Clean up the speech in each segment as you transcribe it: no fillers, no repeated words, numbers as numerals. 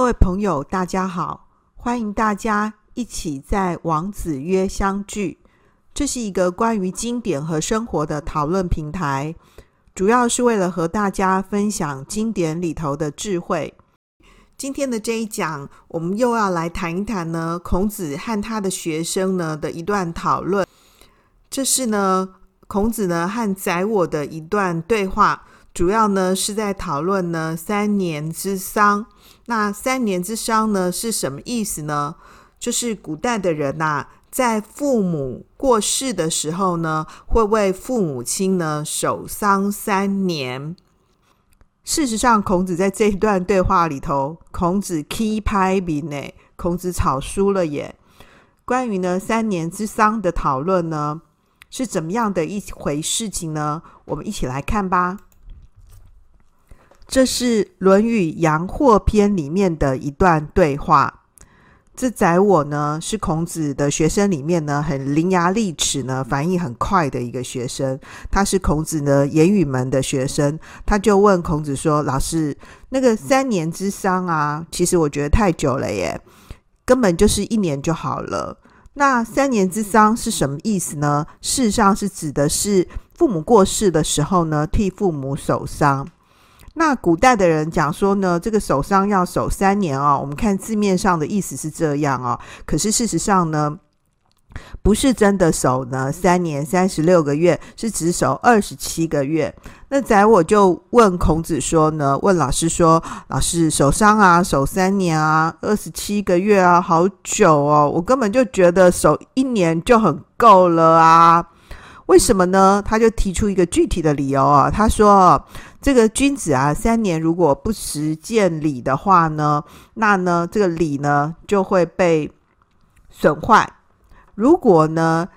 位朋友大家好，欢迎大家一起在王子约相聚。这是一个关于经典和生活的讨论平台，主要是为了和大家分享经典里头的智慧。今天的这一讲，我们又要来谈一谈呢孔子和他的学生呢的一段讨论。这是呢孔子呢和宰我的一段对话，主要呢是在讨论呢3年之丧。那3年之丧呢是什么意思呢？就是古代的人在父母过世的时候呢，会为父母亲呢守丧3年。事实上，孔子在这一段对话里头，孔子起歹面耶，孔子草书了耶。关于呢3年之丧的讨论呢，是怎么样的一回事情呢？我们一起来看吧。这是《论语阳货篇》里面的一段对话。这宰我呢是孔子的学生里面呢很伶牙俐齿呢反应很快的一个学生，他是孔子呢言语门的学生。他就问孔子说，老师，那个3年之丧其实我觉得太久了耶，根本就是1年就好了。那3年之丧是什么意思呢？事实上是指的是父母过世的时候呢替父母守丧。那古代的人讲说呢，这个守丧要守3年我们看字面上的意思是这样可是事实上呢，不是真的守呢3年36个月，是只守27个月。那宰我就问孔子说呢，问老师说，老师守丧守3年27个月好久我根本就觉得守1年就很够了为什么呢？他就提出一个具体的理由他说这个君子3年如果不实践礼的话呢，那呢这个礼呢就会被损坏。如果呢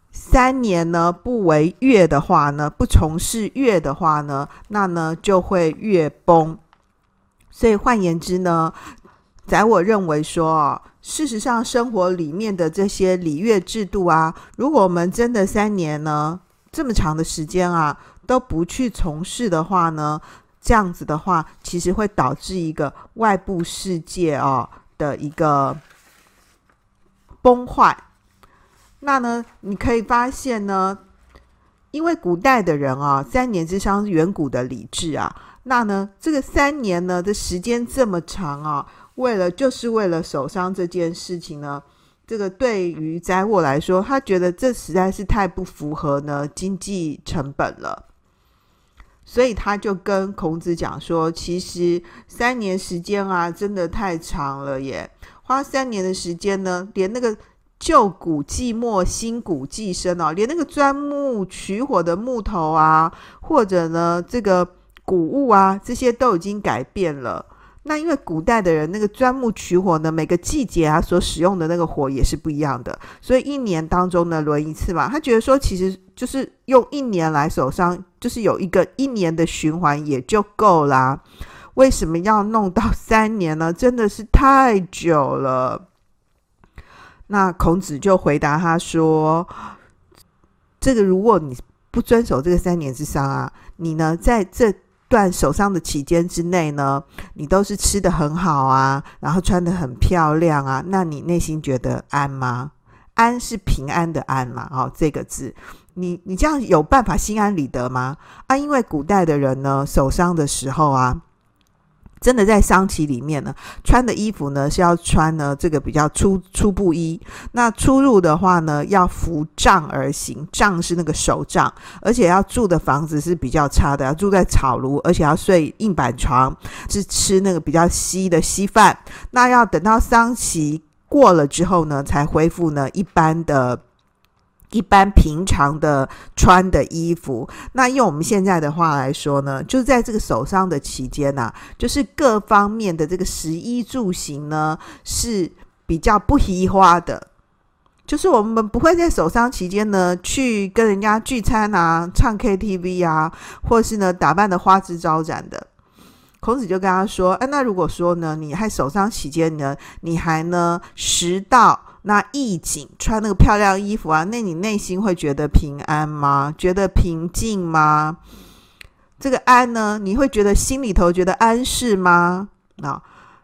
3年呢不为乐的话呢，不从事乐的话呢，那呢就会乐崩。所以换言之呢，宰我认为说事实上生活里面的这些礼乐制度如果我们真的3年呢这么长的时间都不去从事的话呢，这样子的话其实会导致一个外部世界的一个崩坏。那呢你可以发现呢，因为古代的人3年之丧是远古的礼制那呢这个3年呢的时间这么长就是为了守丧这件事情呢，这个对于宰我来说，他觉得这实在是太不符合呢经济成本了。所以他就跟孔子讲说，其实3年时间真的太长了耶，花3年的时间呢，连那个旧谷既没新谷既生连那个钻木取火的木头或者呢这个谷物这些都已经改变了。那因为古代的人那个钻木取火呢，每个季节所使用的那个火也是不一样的，所以1年当中呢轮一次嘛。他觉得说其实就是用1年来守丧，就是有一个1年的循环也就够啦。为什么要弄到3年呢？真的是太久了。那孔子就回答他说，这个如果你不遵守这个3年之丧你呢在这段守丧的期间之内呢，你都是吃得很好然后穿得很漂亮那你内心觉得安吗？安是平安的安嘛这个字，你这样有办法心安理得吗？因为古代的人呢守丧的时候真的在丧期里面呢，穿的衣服呢是要穿呢这个比较粗布衣。那出入的话呢，要扶杖而行，杖是那个手杖，而且要住的房子是比较差的，要住在草庐，而且要睡硬板床，是吃那个比较稀的稀饭。那要等到丧期过了之后呢，才恢复呢一般平常的穿的衣服。那用我们现在的话来说呢，就是在这个守丧的期间就是各方面的这个食衣住行呢是比较不移花的，就是我们不会在守丧期间呢去跟人家聚餐唱 KTV 或是呢打扮的花枝招展的。孔子就跟他说那如果说呢你还守丧期间呢，你还呢食道那衣锦，穿那个漂亮衣服那你内心会觉得平安吗？觉得平静吗？这个安呢，你会觉得心里头觉得安适吗？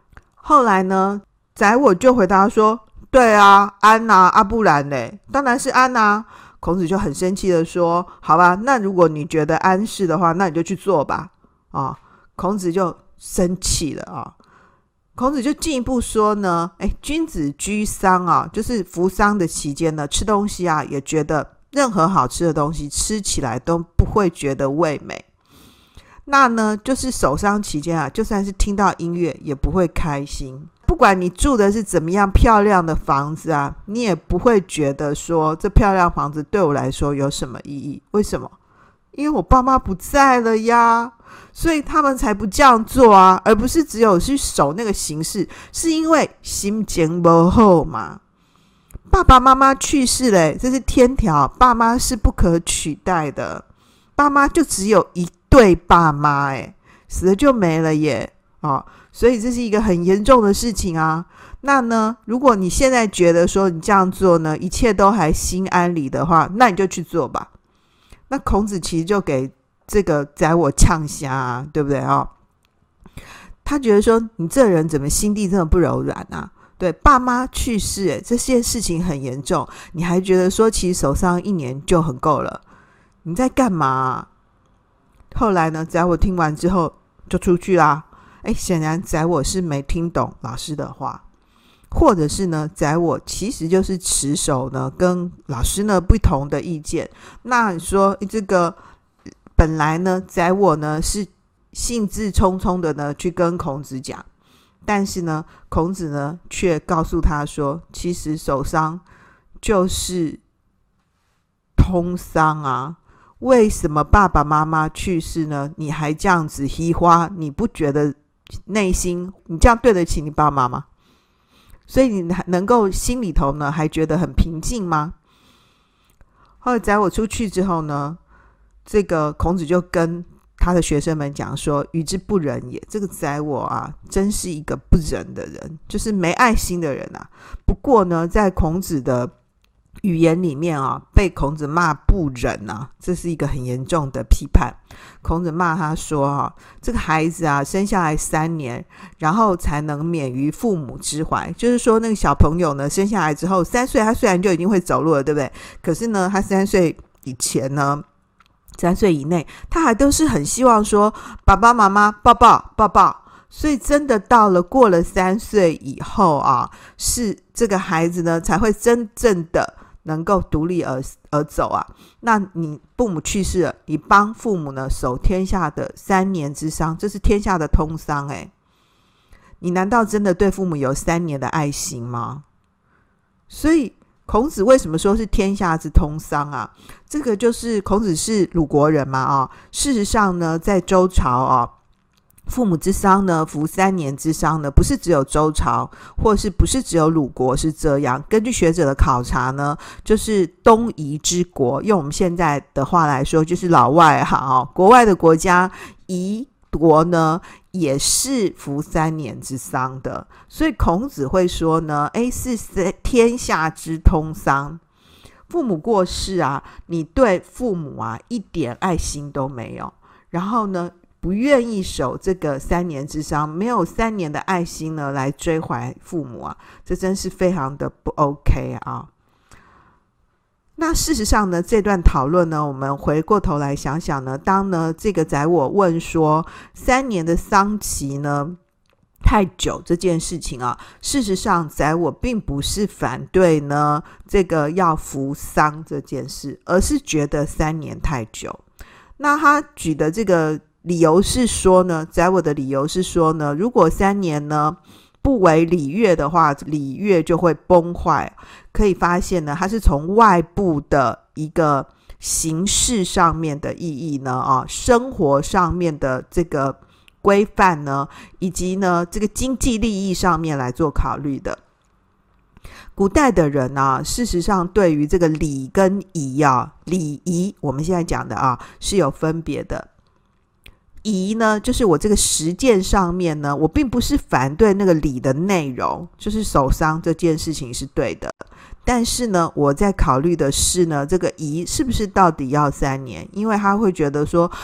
后来呢，宰我就回答说，对啊，安啊，不然嘞，当然是安啊。孔子就很生气的说，好吧，那如果你觉得安是的话，那你就去做吧。孔子就生气了啊。孔子就进一步说呢，君子居丧啊，就是服丧的期间呢，吃东西啊，也觉得任何好吃的东西吃起来都不会觉得味美。那呢，就是守丧期间啊，就算是听到音乐也不会开心。不管你住的是怎么样漂亮的房子啊，你也不会觉得说这漂亮房子对我来说有什么意义。为什么？因为我爸妈不在了呀，所以他们才不这样做啊，而不是只有去守那个形式，是因为心情不好嘛。爸爸妈妈去世了，这是天条，爸妈是不可取代的，爸妈就只有一对爸妈，死了就没了耶。所以这是一个很严重的事情啊。那呢，如果你现在觉得说你这样做呢，一切都还心安理的话，那你就去做吧。那孔子其实就给这个宰我呛瞎啊，对不对他觉得说你这人怎么心地这么不柔软啊？对，爸妈去世，这件事情很严重，你还觉得说其实守丧1年就很够了，你在干嘛啊？后来呢，宰我听完之后就出去啦。显然宰我是没听懂老师的话，或者是呢，宰我其实就是持守呢跟老师呢不同的意见。那你说这个本来呢，宰我呢是兴致冲冲的呢去跟孔子讲，但是呢，孔子呢却告诉他说，其实守丧就是通丧啊。为什么爸爸妈妈去世呢，你还这样子嘻花？你不觉得内心你这样对得起你爸妈吗？所以你能够心里头呢还觉得很平静吗？后来宰我出去之后呢，这个孔子就跟他的学生们讲说，与之不仁也。这个宰我啊，真是一个不仁的人，就是没爱心的人啊。不过呢，在孔子的语言里面啊，被孔子骂不仁啊，这是一个很严重的批判。孔子骂他说这个孩子啊，生下来3年，然后才能免于父母之怀。就是说那个小朋友呢，生下来之后3岁，他虽然就已经会走路了，对不对？可是呢，他3岁以前呢，3岁以内，他还都是很希望说爸爸妈妈抱抱抱抱。所以真的过了3岁以后啊，是这个孩子呢才会真正的能够独立而走啊。那你父母去世了，你帮父母呢守天下的3年之丧，这是天下的通丧你难道真的对父母有3年的爱心吗？所以孔子为什么说是天下之通丧啊？这个就是孔子是鲁国人嘛事实上呢，在周朝父母之丧呢，服3年之丧呢，不是只有周朝，或是不是只有鲁国是这样。根据学者的考察呢，就是东夷之国，用我们现在的话来说，就是老外国外的国家，夷国呢也是服3年之丧的。所以孔子会说呢，是天下之通丧。父母过世啊，你对父母啊一点爱心都没有，然后呢不愿意守这个3年之丧，没有3年的爱心呢来追怀父母啊，这真是非常的不 OK 啊。那事实上呢，这段讨论呢，我们回过头来想想呢，当呢这个宰我问说3年的丧期呢太久这件事情啊，事实上宰我并不是反对呢这个要服丧这件事，而是觉得3年太久。那他举的这个理由是说呢，宰我的理由是说呢，如果3年呢不为礼乐的话，礼乐就会崩坏。可以发现呢，它是从外部的一个形式上面的意义呢生活上面的这个规范呢，以及呢这个经济利益上面来做考虑的。古代的人事实上对于这个礼跟仪礼仪我们现在讲的是有分别的。仪呢，就是我这个实践上面呢，我并不是反对那个礼的内容，就是守丧这件事情是对的，但是呢，我在考虑的是呢，这个仪是不是到底要3年？因为他会觉得说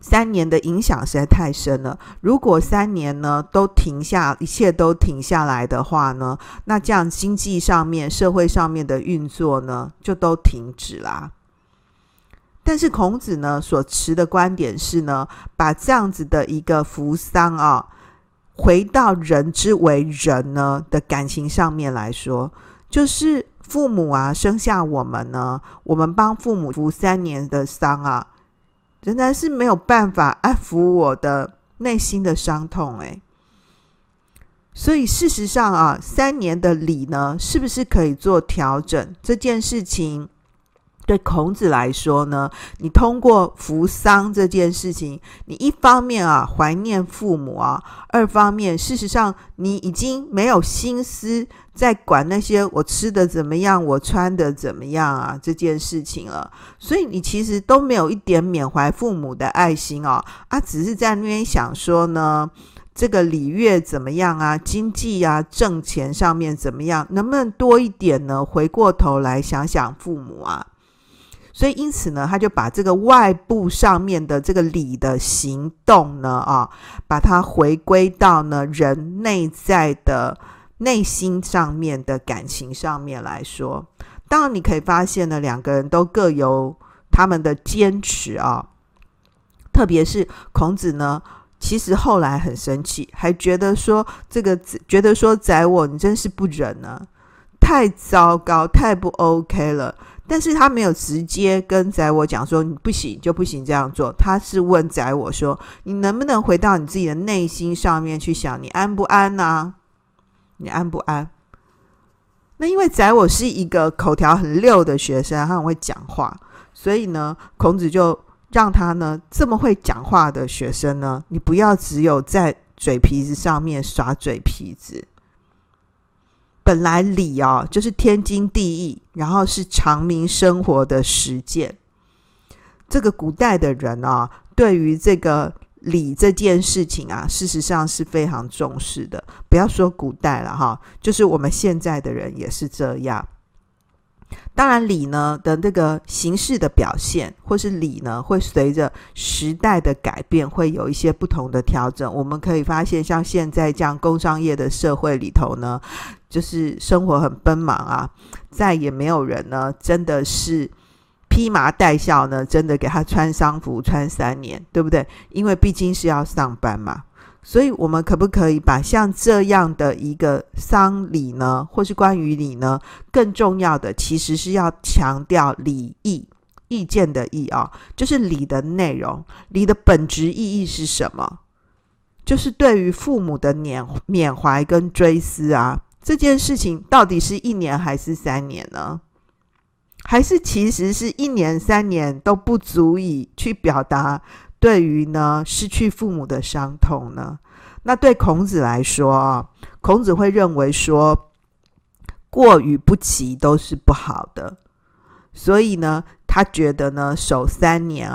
3年的影响实在太深了。如果3年呢都停下，一切都停下来的话呢，那这样经济上面、社会上面的运作呢，就都停止啦。但是孔子呢所持的观点是呢，把这样子的一个扶丧啊，回到人之为人呢的感情上面来说，就是父母啊生下我们呢，我们帮父母扶3年的丧啊，仍然是没有办法安抚我的内心的伤痛所以事实上啊，3年的礼呢，是不是可以做调整？这件事情对孔子来说呢，你通过扶丧这件事情，你一方面啊怀念父母啊，二方面事实上你已经没有心思在管那些我吃的怎么样，我穿的怎么样啊这件事情了。所以你其实都没有一点缅怀父母的爱心只是在那边想说呢，这个礼乐怎么样啊，经济啊，挣钱上面怎么样，能不能多一点呢？回过头来想想父母啊。所以因此呢，他就把这个外部上面的这个礼的行动呢把它回归到呢人内在的内心上面的感情上面来说。当然你可以发现呢，两个人都各有他们的坚持特别是孔子呢，其实后来很生气，还觉得说宰我你真是不仁啊，太糟糕，太不 OK 了。但是他没有直接跟宰我讲说你不行就不行这样做，他是问宰我说你能不能回到你自己的内心上面去想，你安不安啊？你安不安？那因为宰我是一个口条很溜的学生，他很会讲话，所以呢孔子就让他呢这么会讲话的学生呢，你不要只有在嘴皮子上面耍嘴皮子。本来礼就是天经地义，然后是常民生活的实践。这个古代的人对于这个礼这件事情事实上是非常重视的。不要说古代了就是我们现在的人也是这样。当然礼呢的那个形式的表现，或是礼呢会随着时代的改变会有一些不同的调整。我们可以发现像现在这样工商业的社会里头呢，就是生活很奔忙再也没有人呢真的是披麻戴孝呢，真的给他穿丧服穿3年，对不对？因为毕竟是要上班嘛。所以我们可不可以把像这样的一个丧礼呢，或是关于礼呢，更重要的其实是要强调礼义，意见的义就是礼的内容。礼的本质意义是什么？就是对于父母的缅怀跟追思这件事情到底是1年还是3年呢？还是其实是1年3年都不足以去表达对于呢失去父母的伤痛呢？那对孔子来说孔子会认为说过与不及都是不好的，所以呢他觉得呢守3年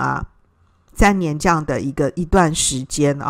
3年这样的一段时间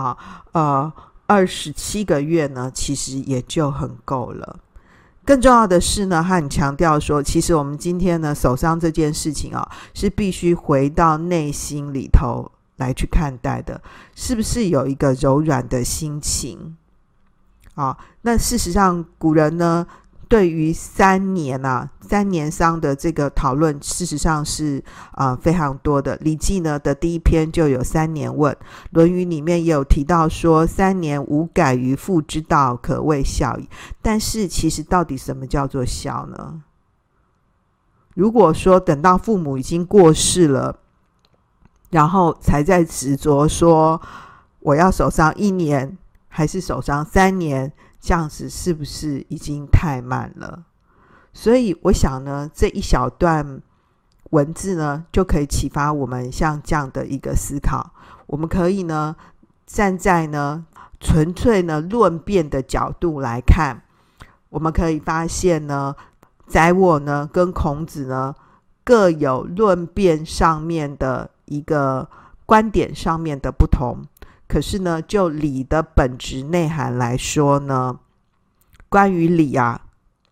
27个月呢其实也就很够了。更重要的是呢，他很强调说，其实我们今天呢守丧这件事情是必须回到内心里头来去看待的，是不是有一个柔软的心情那事实上古人呢对于3年丧的这个讨论事实上是非常多的。礼记呢的第一篇就有3年问，论语里面也有提到说3年无改于父之道，可谓孝矣。但是其实到底什么叫做孝呢？如果说等到父母已经过世了，然后才在执着说我要守丧1年还是守丧3年，这样子是不是已经太慢了？所以我想呢，这一小段文字呢就可以启发我们像这样的一个思考。我们可以呢站在呢纯粹呢论辩的角度来看，我们可以发现呢宰我呢跟孔子呢各有论辩上面的一个观点上面的不同。可是呢就礼的本质内涵来说呢，关于礼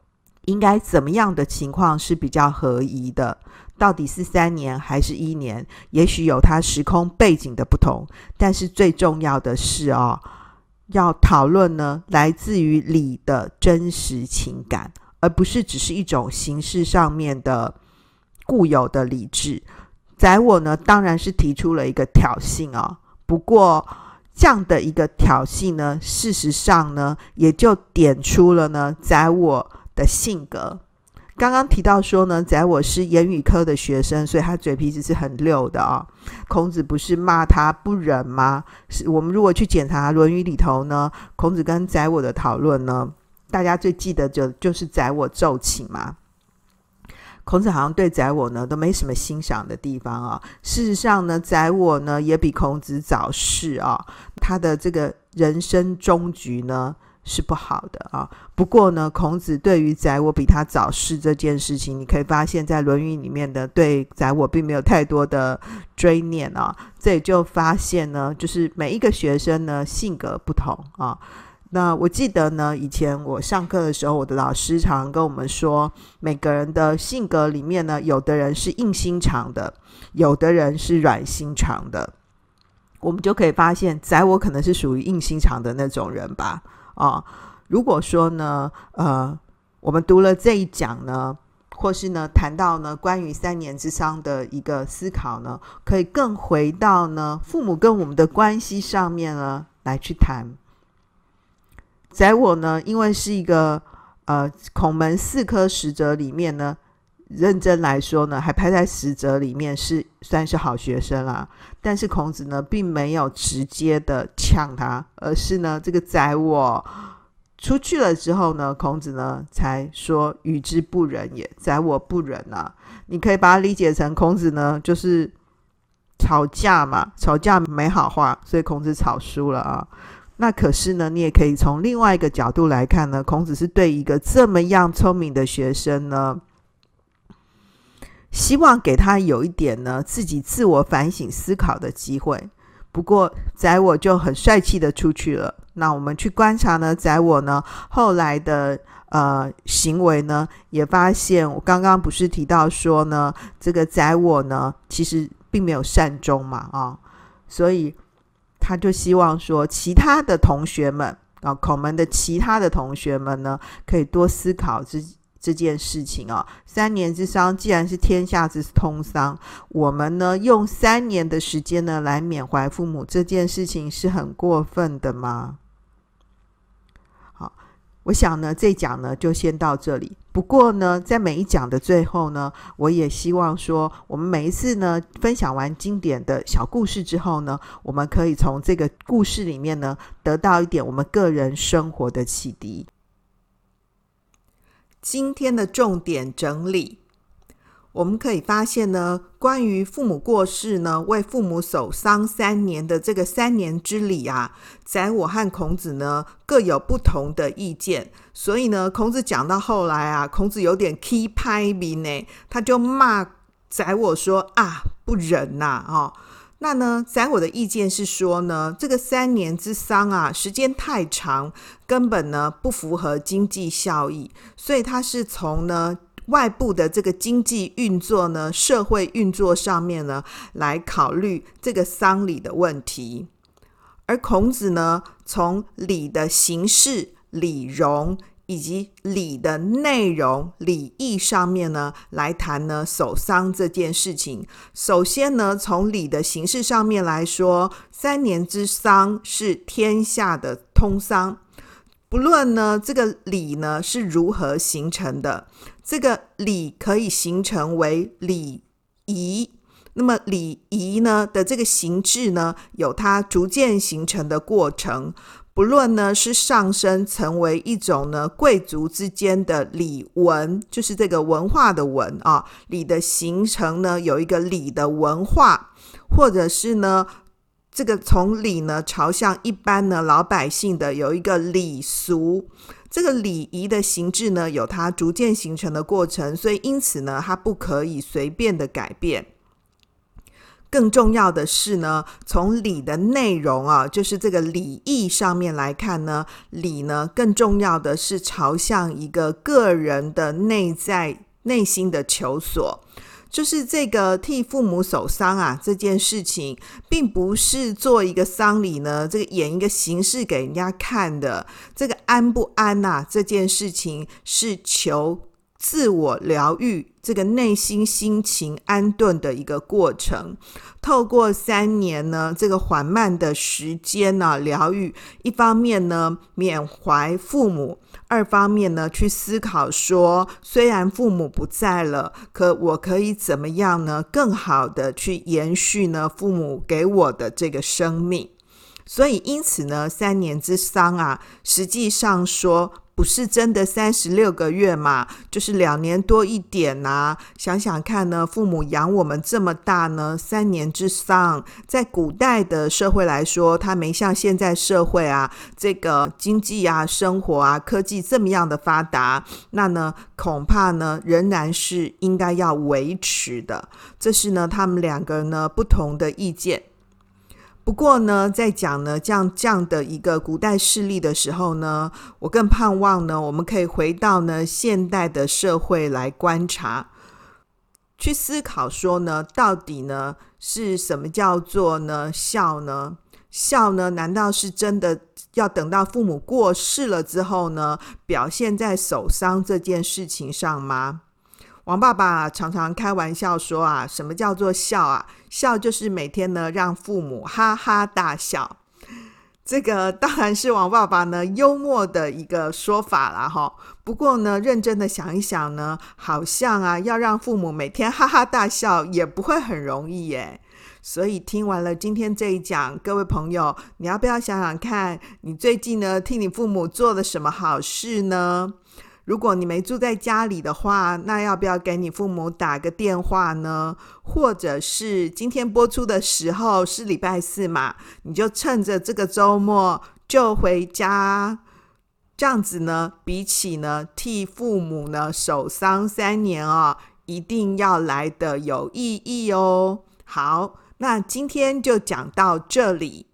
应该怎么样的情况是比较合宜的，到底是3年还是1年，也许有它时空背景的不同，但是最重要的是要讨论呢来自于理的真实情感，而不是只是一种形式上面的固有的理智。宰我呢当然是提出了一个挑衅不过这样的一个挑衅呢，事实上呢也就点出了呢宰我的性格。刚刚提到说呢，宰我是言语科的学生，所以他嘴皮子是很溜的孔子不是骂他不仁吗？我们如果去检查《论语》里头呢，孔子跟宰我的讨论呢，大家最记得就是宰我奏请嘛。孔子好像对宰我呢都没什么欣赏的地方事实上呢，宰我呢也比孔子早逝他的这个人生终局呢是不好的不过呢，孔子对于宰我比他早逝这件事情，你可以发现在《论语》里面的对宰我并没有太多的追念这也就发现呢，就是每一个学生呢性格不同那我记得呢，以前我上课的时候，我的老师常跟我们说，每个人的性格里面呢，有的人是硬心肠的，有的人是软心肠的。我们就可以发现，宰我可能是属于硬心肠的那种人吧。如果说呢，我们读了这一讲呢，或是呢谈到呢关于3年之丧的一个思考呢，可以更回到呢父母跟我们的关系上面呢来去谈。宰我呢，因为是一个孔门4科十哲里面呢，认真来说呢，还排在10哲里面，算是好学生啦。但是孔子呢，并没有直接的呛他，而是呢，这个宰我出去了之后呢，孔子呢才说与之不仁也，宰我不仁你可以把它理解成孔子呢就是吵架嘛，吵架没好话，所以孔子吵输了那可是呢，你也可以从另外一个角度来看呢，孔子是对一个这么样聪明的学生呢，希望给他有一点呢自己自我反省思考的机会。不过宰我就很帅气的出去了。那我们去观察呢，宰我呢后来的行为呢，也发现我刚刚不是提到说呢，这个宰我呢其实并没有善终嘛所以他就希望说其他的同学们孔门的其他的同学们呢，可以多思考这件事情3年之丧既然是天下之通丧，我们呢用3年的时间呢来缅怀父母，这件事情是很过分的吗？好，我想呢这一讲呢就先到这里。不过呢，在每一讲的最后呢，我也希望说，我们每一次呢分享完经典的小故事之后呢，我们可以从这个故事里面呢得到一点我们个人生活的启迪。今天的重点整理，我们可以发现呢，关于父母过世呢，为父母守丧3年的这个3年之礼宰我和孔子呢各有不同的意见。所以呢，孔子讲到后来孔子有点起歹面呢，他就骂宰我说不仁那呢，宰我的意见是说呢，这个3年之丧时间太长，根本呢不符合经济效益，所以他是从呢外部的这个经济运作呢，社会运作上面呢来考虑这个丧礼的问题。而孔子呢，从礼的形式、礼容以及礼的内容、礼义上面呢来谈呢守丧这件事情。首先呢，从礼的形式上面来说，3年之丧是天下的通丧，不论呢这个礼呢是如何形成的，这个礼可以形成为礼仪。那么礼仪呢的这个形制呢，有它逐渐形成的过程。不论呢是上升成为一种呢贵族之间的礼文，就是这个文化的文礼的形成呢有一个礼的文化，或者是呢这个从礼呢朝向一般呢老百姓的有一个礼俗，这个礼仪的形制呢有它逐渐形成的过程，所以因此呢它不可以随便的改变。 更重要的是呢，从礼的内容啊，就是这个礼义上面来看呢，礼呢更重要的是朝向一个个人的内心的求索。就是这个替父母守丧啊，这件事情并不是做一个丧礼呢，这个演一个形式给人家看的。这个安不安啊，这件事情是求自我疗愈，这个内心心情安顿的一个过程。透过3年呢，这个缓慢的时间呢，疗愈，一方面呢缅怀父母，二方面呢去思考说，虽然父母不在了，可我可以怎么样呢，更好的去延续呢父母给我的这个生命。所以因此呢，3年之丧啊，实际上说不是真的36个月嘛，就是2年多一点啊。想想看呢，父母养我们这么大呢，3年之丧，在古代的社会来说，它没像现在社会啊，这个经济啊、生活啊、科技这么样的发达，那呢，恐怕呢，仍然是应该要维持的。这是呢，他们2个呢不同的意见。不过呢，在讲呢这样的一个古代事例的时候呢，我更盼望呢，我们可以回到呢现代的社会来观察，去思考说呢，到底呢是什么叫做呢孝呢？孝呢，难道是真的要等到父母过世了之后呢，表现在守丧这件事情上吗？王爸爸常常开玩笑说啊，什么叫做孝啊？孝就是每天呢让父母哈哈大笑。这个当然是王爸爸呢幽默的一个说法啦齁。不过呢，认真的想一想呢，好像啊要让父母每天哈哈大笑也不会很容易耶。所以听完了今天这一讲，各位朋友，你要不要想想看，你最近呢替你父母做了什么好事呢？如果你没住在家里的话，那要不要给你父母打个电话呢？或者是今天播出的时候是礼拜4嘛，你就趁着这个周末就回家。这样子呢，比起呢替父母呢守丧3年哦，一定要来得有意义哦。好，那今天就讲到这里。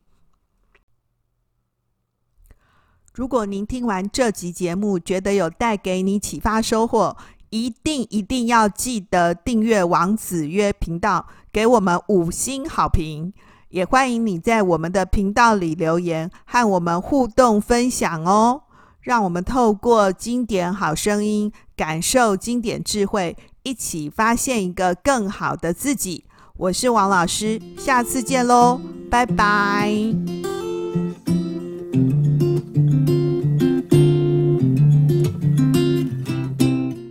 如果您听完这集节目觉得有带给你启发收获，一定要记得订阅王子约频道，给我们5星好评。也欢迎你在我们的频道里留言，和我们互动分享哦。让我们透过经典好声音，感受经典智慧，一起发现一个更好的自己。我是王老师，下次见咯，拜拜。